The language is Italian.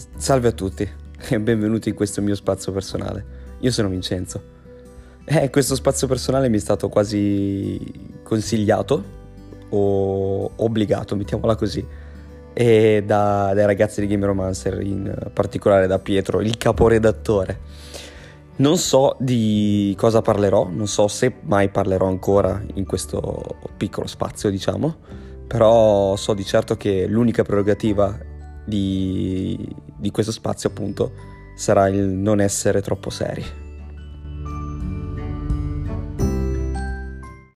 Salve a tutti e benvenuti in questo mio spazio personale. Io sono Vincenzo. Questo spazio personale mi è stato quasi consigliato o obbligato, mettiamola così, e dai ragazzi di Game Romancer, in particolare da Pietro, il caporedattore. Non so di cosa parlerò, non so se mai parlerò ancora in questo piccolo spazio, diciamo, però so di certo che l'unica prerogativa di questo spazio, appunto, sarà il non essere troppo seri.